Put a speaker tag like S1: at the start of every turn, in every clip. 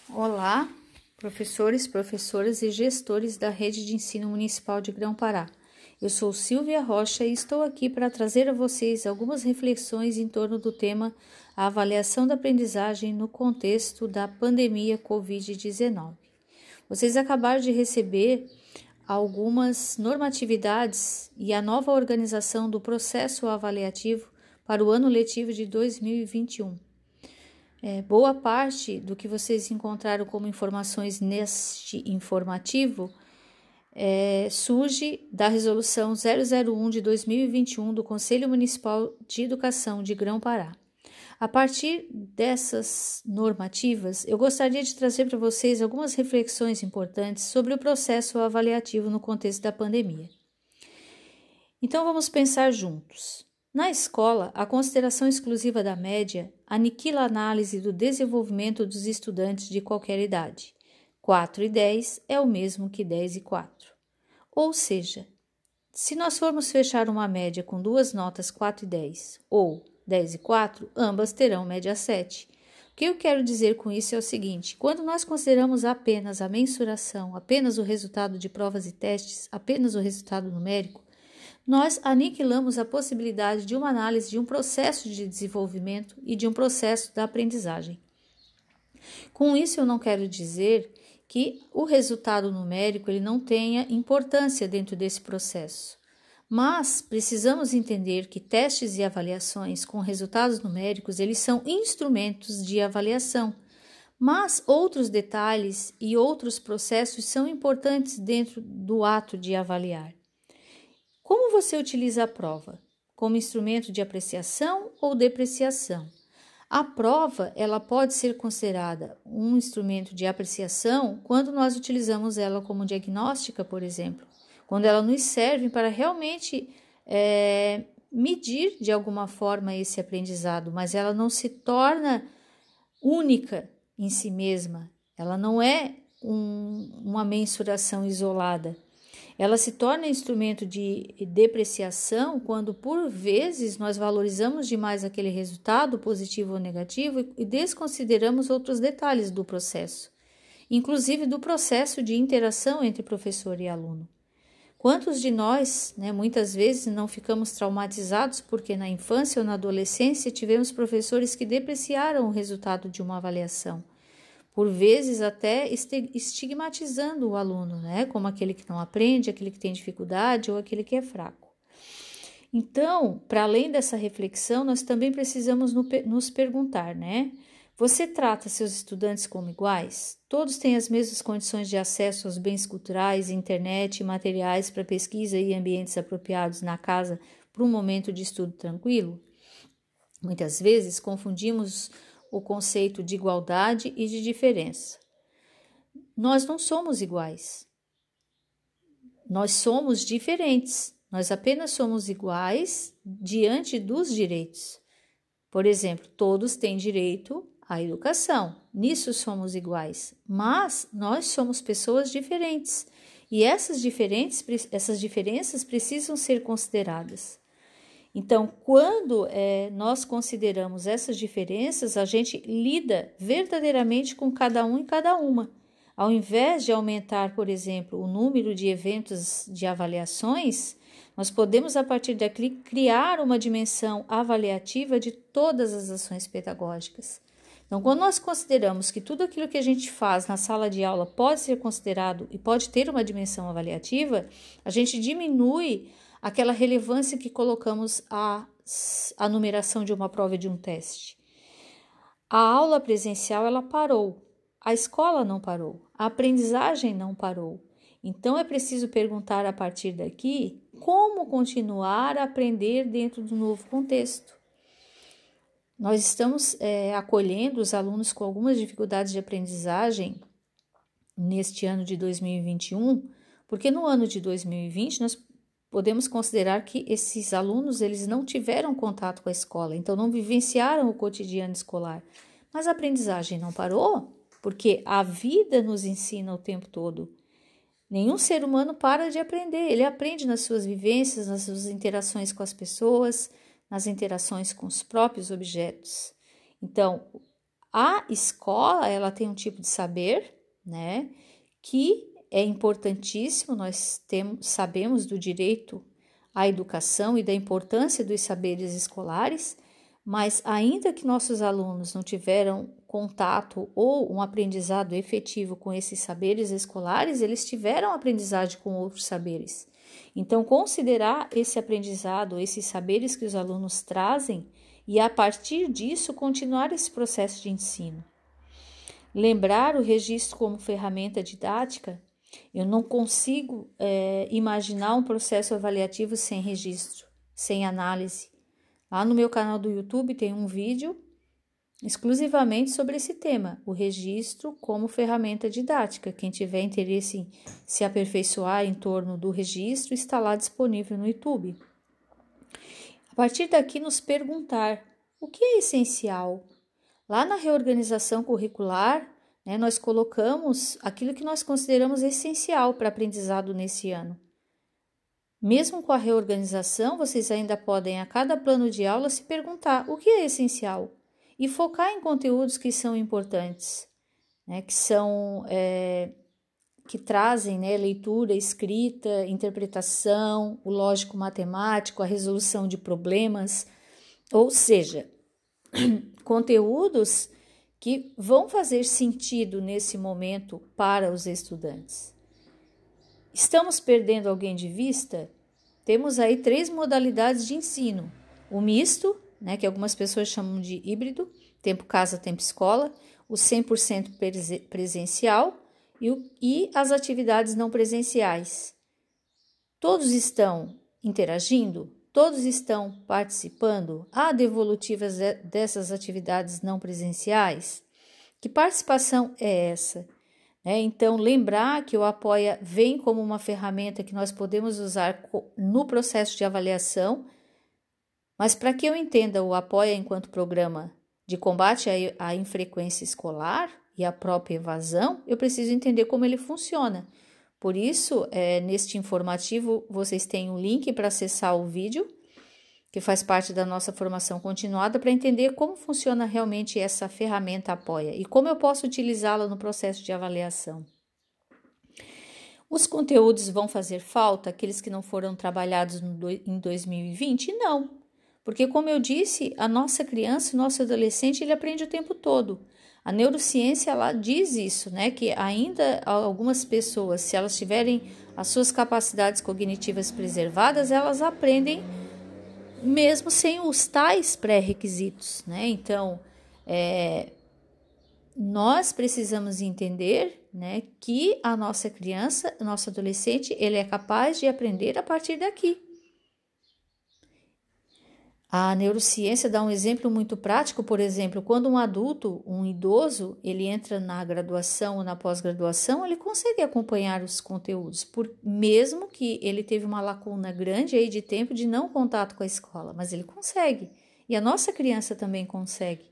S1: Olá, professores, professoras e gestores da Rede de Ensino Municipal de Grão-Pará. Eu sou Silvia Rocha e estou aqui para trazer a vocês algumas reflexões em torno do tema a avaliação da aprendizagem no contexto da pandemia Covid-19. Vocês acabaram de receber algumas normatividades e a nova organização do processo avaliativo para o ano letivo de 2021. Boa parte do que vocês encontraram como informações neste informativo surge da Resolução 001 de 2021 do Conselho Municipal de Educação de Grão-Pará. A partir dessas normativas, eu gostaria de trazer para vocês algumas reflexões importantes sobre o processo avaliativo no contexto da pandemia. Então, vamos pensar juntos. Na escola, a consideração exclusiva da média aniquila a análise do desenvolvimento dos estudantes de qualquer idade. 4 e 10 é o mesmo que 10 e 4. Ou seja, se nós formos fechar uma média com duas notas 4 e 10 ou 10 e 4, ambas terão média 7. O que eu quero dizer com isso é o seguinte: quando nós consideramos apenas a mensuração, apenas o resultado de provas e testes, apenas o resultado numérico, nós aniquilamos a possibilidade de uma análise de um processo de desenvolvimento e de um processo da aprendizagem. Com isso, eu não quero dizer que o resultado numérico ele não tenha importância dentro desse processo, mas precisamos entender que testes e avaliações com resultados numéricos eles são instrumentos de avaliação, mas outros detalhes e outros processos são importantes dentro do ato de avaliar. Como você utiliza a prova? Como instrumento de apreciação ou depreciação? A prova ela pode ser considerada um instrumento de apreciação quando nós utilizamos ela como diagnóstica, por exemplo, quando ela nos serve para realmente medir de alguma forma esse aprendizado, mas ela não se torna única em si mesma, ela não é uma mensuração isolada. Ela se torna instrumento de depreciação quando, por vezes, nós valorizamos demais aquele resultado, positivo ou negativo, e desconsideramos outros detalhes do processo, inclusive do processo de interação entre professor e aluno. Quantos de nós, muitas vezes, não ficamos traumatizados porque na infância ou na adolescência tivemos professores que depreciaram o resultado de uma avaliação? Por vezes até estigmatizando o aluno, como aquele que não aprende, aquele que tem dificuldade ou aquele que é fraco. Então, para além dessa reflexão, nós também precisamos nos perguntar, você trata seus estudantes como iguais? Todos têm as mesmas condições de acesso aos bens culturais, internet, materiais para pesquisa e ambientes apropriados na casa para um momento de estudo tranquilo? Muitas vezes confundimos o conceito de igualdade e de diferença. Nós não somos iguais. Nós somos diferentes. Nós apenas somos iguais diante dos direitos. Por exemplo, todos têm direito à educação. Nisso somos iguais. Mas nós somos pessoas diferentes. E essas diferenças precisam ser consideradas. Então, quando nós consideramos essas diferenças, a gente lida verdadeiramente com cada um e cada uma. Ao invés de aumentar, por exemplo, o número de eventos de avaliações, nós podemos, a partir daqui, criar uma dimensão avaliativa de todas as ações pedagógicas. Então, quando nós consideramos que tudo aquilo que a gente faz na sala de aula pode ser considerado e pode ter uma dimensão avaliativa, a gente diminui aquela relevância que colocamos à numeração de uma prova e de um teste. A aula presencial ela parou, a escola não parou, a aprendizagem não parou. Então é preciso perguntar a partir daqui como continuar a aprender dentro do novo contexto. Nós estamos acolhendo os alunos com algumas dificuldades de aprendizagem neste ano de 2021, porque no ano de 2020 nós podemos considerar que esses alunos eles não tiveram contato com a escola, então não vivenciaram o cotidiano escolar. Mas a aprendizagem não parou, porque a vida nos ensina o tempo todo. Nenhum ser humano para de aprender, ele aprende nas suas vivências, nas suas interações com as pessoas, nas interações com os próprios objetos. Então, A escola, ela tem um tipo de saber, né, que é importantíssimo, sabemos do direito à educação e da importância dos saberes escolares, mas ainda que nossos alunos não tiveram contato ou um aprendizado efetivo com esses saberes escolares, eles tiveram aprendizagem com outros saberes. Então, considerar esse aprendizado, esses saberes que os alunos trazem e, a partir disso, continuar esse processo de ensino. Lembrar o registro como ferramenta didática, eu não consigo imaginar um processo avaliativo sem registro, sem análise. Lá no meu canal do YouTube tem um vídeo exclusivamente sobre esse tema, o registro como ferramenta didática. Quem tiver interesse em se aperfeiçoar em torno do registro, está lá disponível no YouTube. A partir daqui, nos perguntar o que é essencial. Lá na reorganização curricular, nós colocamos aquilo que nós consideramos essencial para aprendizado nesse ano. Mesmo com a reorganização, vocês ainda podem, a cada plano de aula, se perguntar o que é essencial e focar em conteúdos que são importantes, que trazem leitura, escrita, interpretação, o lógico-matemático, a resolução de problemas, ou seja, conteúdos que vão fazer sentido nesse momento para os estudantes. Estamos perdendo alguém de vista? Temos aí 3 modalidades de ensino. O misto, que algumas pessoas chamam de híbrido, tempo casa, tempo escola, o 100% presencial e as atividades não presenciais. Todos estão interagindo? Todos estão participando? Há devolutivas dessas atividades não presenciais? Que participação é essa? Então, lembrar que o Apoia vem como uma ferramenta que nós podemos usar no processo de avaliação, mas para que eu entenda o Apoia enquanto programa de combate à infrequência escolar e à própria evasão, eu preciso entender como ele funciona. Por isso, neste informativo, vocês têm um link para acessar o vídeo, que faz parte da nossa formação continuada, para entender como funciona realmente essa ferramenta Apoia e como eu posso utilizá-la no processo de avaliação. Os conteúdos vão fazer falta, aqueles que não foram trabalhados em 2020? Não, porque como eu disse, a nossa criança, o nosso adolescente, ele aprende o tempo todo. A neurociência, ela diz isso, que ainda algumas pessoas, se elas tiverem as suas capacidades cognitivas preservadas, elas aprendem mesmo sem os tais pré-requisitos, Então, nós precisamos entender, que a nossa criança, o nosso adolescente, ele é capaz de aprender a partir daqui. A neurociência dá um exemplo muito prático, por exemplo, quando um adulto, um idoso, ele entra na graduação ou na pós-graduação, ele consegue acompanhar os conteúdos, mesmo que ele teve uma lacuna grande aí de tempo de não contato com a escola, mas ele consegue. E a nossa criança também consegue.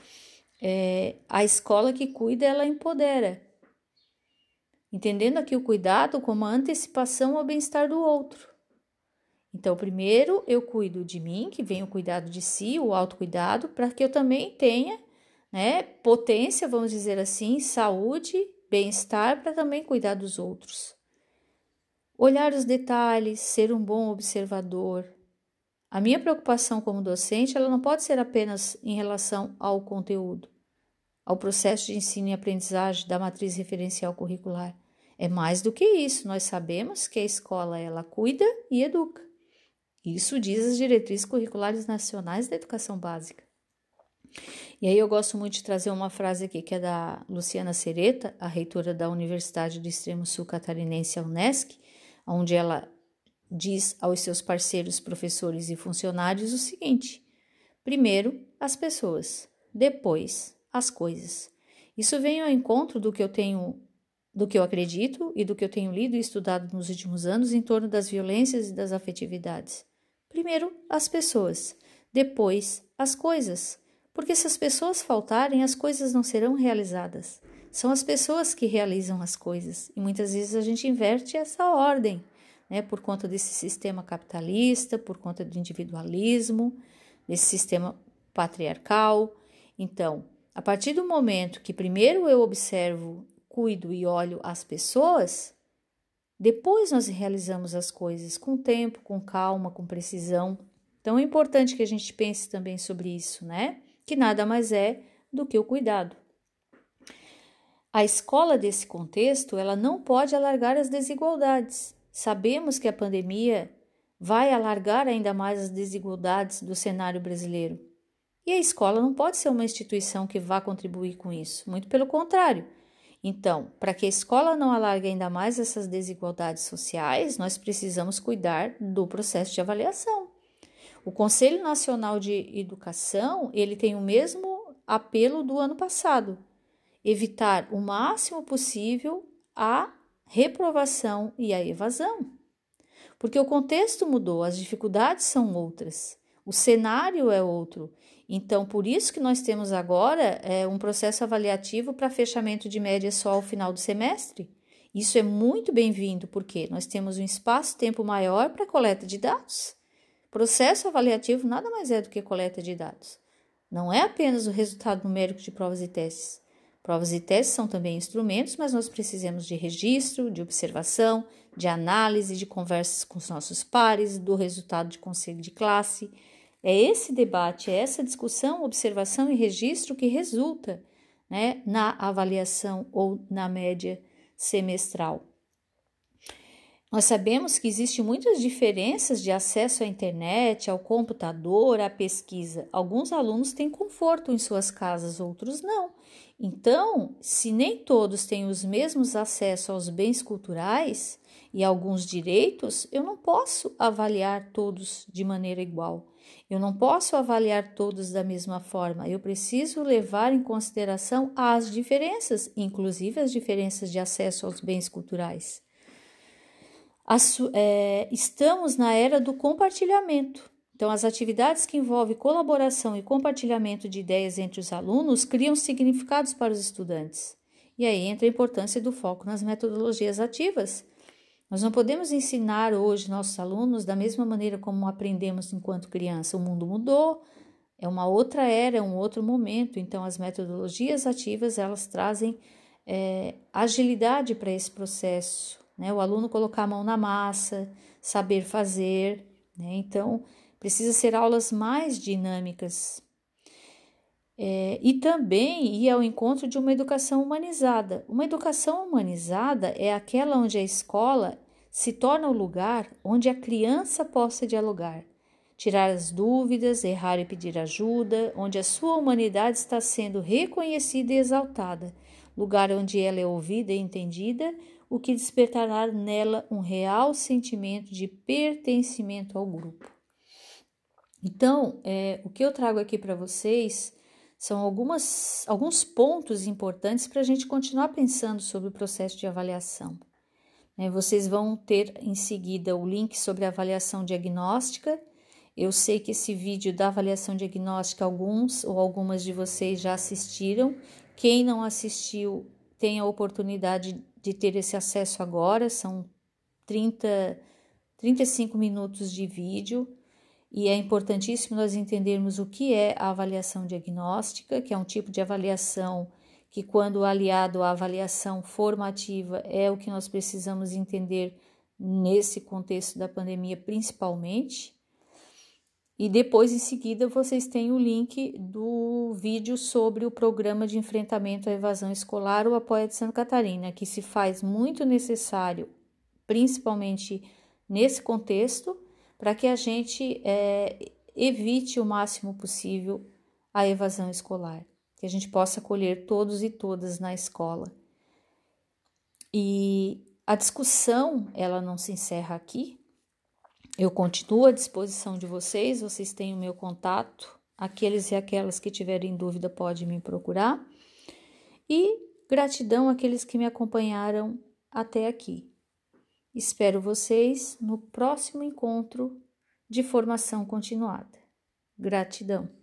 S1: A escola que cuida, ela empodera. Entendendo aqui o cuidado como a antecipação ao bem-estar do outro. Então, primeiro eu cuido de mim, que vem o cuidado de si, o autocuidado, para que eu também tenha, potência, vamos dizer assim, saúde, bem-estar, para também cuidar dos outros. Olhar os detalhes, ser um bom observador. A minha preocupação como docente, ela não pode ser apenas em relação ao conteúdo, ao processo de ensino e aprendizagem da matriz referencial curricular. É mais do que isso, nós sabemos que a escola, ela cuida e educa. Isso diz as diretrizes curriculares nacionais da educação básica. E aí eu gosto muito de trazer uma frase aqui que é da Luciana Sereta, a reitora da Universidade do Extremo Sul Catarinense, a Unesc, onde ela diz aos seus parceiros, professores e funcionários o seguinte: primeiro, as pessoas, depois, as coisas. Isso vem ao encontro do que eu acredito e do que eu tenho lido e estudado nos últimos anos em torno das violências e das afetividades. Primeiro, as pessoas, depois, as coisas, porque se as pessoas faltarem, as coisas não serão realizadas. São as pessoas que realizam as coisas e muitas vezes a gente inverte essa ordem, por conta desse sistema capitalista, por conta do individualismo, desse sistema patriarcal. Então, A partir do momento que primeiro eu observo, cuido e olho as pessoas, depois nós realizamos as coisas com tempo, com calma, com precisão. Então é importante que a gente pense também sobre isso, né? Que nada mais é do que o cuidado. A escola desse contexto, ela não pode alargar as desigualdades. Sabemos que a pandemia vai alargar ainda mais as desigualdades do cenário brasileiro. E a escola não pode ser uma instituição que vá contribuir com isso, muito pelo contrário. Então, para que a escola não alargue ainda mais essas desigualdades sociais, nós precisamos cuidar do processo de avaliação. O Conselho Nacional de Educação, ele tem o mesmo apelo do ano passado, evitar o máximo possível a reprovação e a evasão. Porque o contexto mudou, as dificuldades são outras, o cenário é outro. Então, por isso que nós temos agora um processo avaliativo para fechamento de média só ao final do semestre. Isso é muito bem-vindo, porque nós temos um espaço-tempo maior para coleta de dados. Processo avaliativo nada mais é do que coleta de dados. Não é apenas o resultado numérico de provas e testes. Provas e testes são também instrumentos, mas nós precisamos de registro, de observação, de análise, de conversas com os nossos pares, do resultado de conselho de classe. É esse debate, é essa discussão, observação e registro que resulta, né, na avaliação ou na média semestral. Nós sabemos que existem muitas diferenças de acesso à internet, ao computador, à pesquisa. Alguns alunos têm conforto em suas casas, outros não. Então, se nem todos têm os mesmos acessos aos bens culturais e alguns direitos, eu não posso avaliar todos de maneira igual. Eu não posso avaliar todos da mesma forma. Eu preciso levar em consideração as diferenças, inclusive as diferenças de acesso aos bens culturais. Estamos na era do compartilhamento. Então, as atividades que envolvem colaboração e compartilhamento de ideias entre os alunos criam significados para os estudantes. E aí entra a importância do foco nas metodologias ativas. Nós não podemos ensinar hoje nossos alunos da mesma maneira como aprendemos enquanto criança. O mundo mudou, é uma outra era, é um outro momento. Então, as metodologias ativas, elas trazem agilidade para esse processo. Né? O aluno colocar a mão na massa, saber fazer, né? Então, precisa ser aulas mais dinâmicas. E também ir ao encontro de uma educação humanizada. Uma educação humanizada é aquela onde a escola se torna o lugar onde a criança possa dialogar, tirar as dúvidas, errar e pedir ajuda, onde a sua humanidade está sendo reconhecida e exaltada, lugar onde ela é ouvida e entendida, o que despertará nela um real sentimento de pertencimento ao grupo. Então, o que eu trago aqui para vocês são alguns pontos importantes para a gente continuar pensando sobre o processo de avaliação. Vocês vão ter em seguida o link sobre a avaliação diagnóstica. Eu sei que esse vídeo da avaliação diagnóstica, alguns ou algumas de vocês já assistiram. Quem não assistiu, tem a oportunidade de ter esse acesso agora, são 35 minutos de vídeo. E é importantíssimo nós entendermos o que é a avaliação diagnóstica, que é um tipo de avaliação que, quando aliado à avaliação formativa, é o que nós precisamos entender nesse contexto da pandemia, principalmente. E depois, em seguida, vocês têm o link do vídeo sobre o programa de enfrentamento à evasão escolar, o Apoia de Santa Catarina, que se faz muito necessário, principalmente nesse contexto, para que a gente evite o máximo possível a evasão escolar, que a gente possa acolher todos e todas na escola. E a discussão, ela não se encerra aqui. Eu continuo à disposição de vocês, vocês têm o meu contato, aqueles e aquelas que tiverem dúvida podem me procurar. E gratidão àqueles que me acompanharam até aqui. Espero vocês no próximo encontro de formação continuada. Gratidão.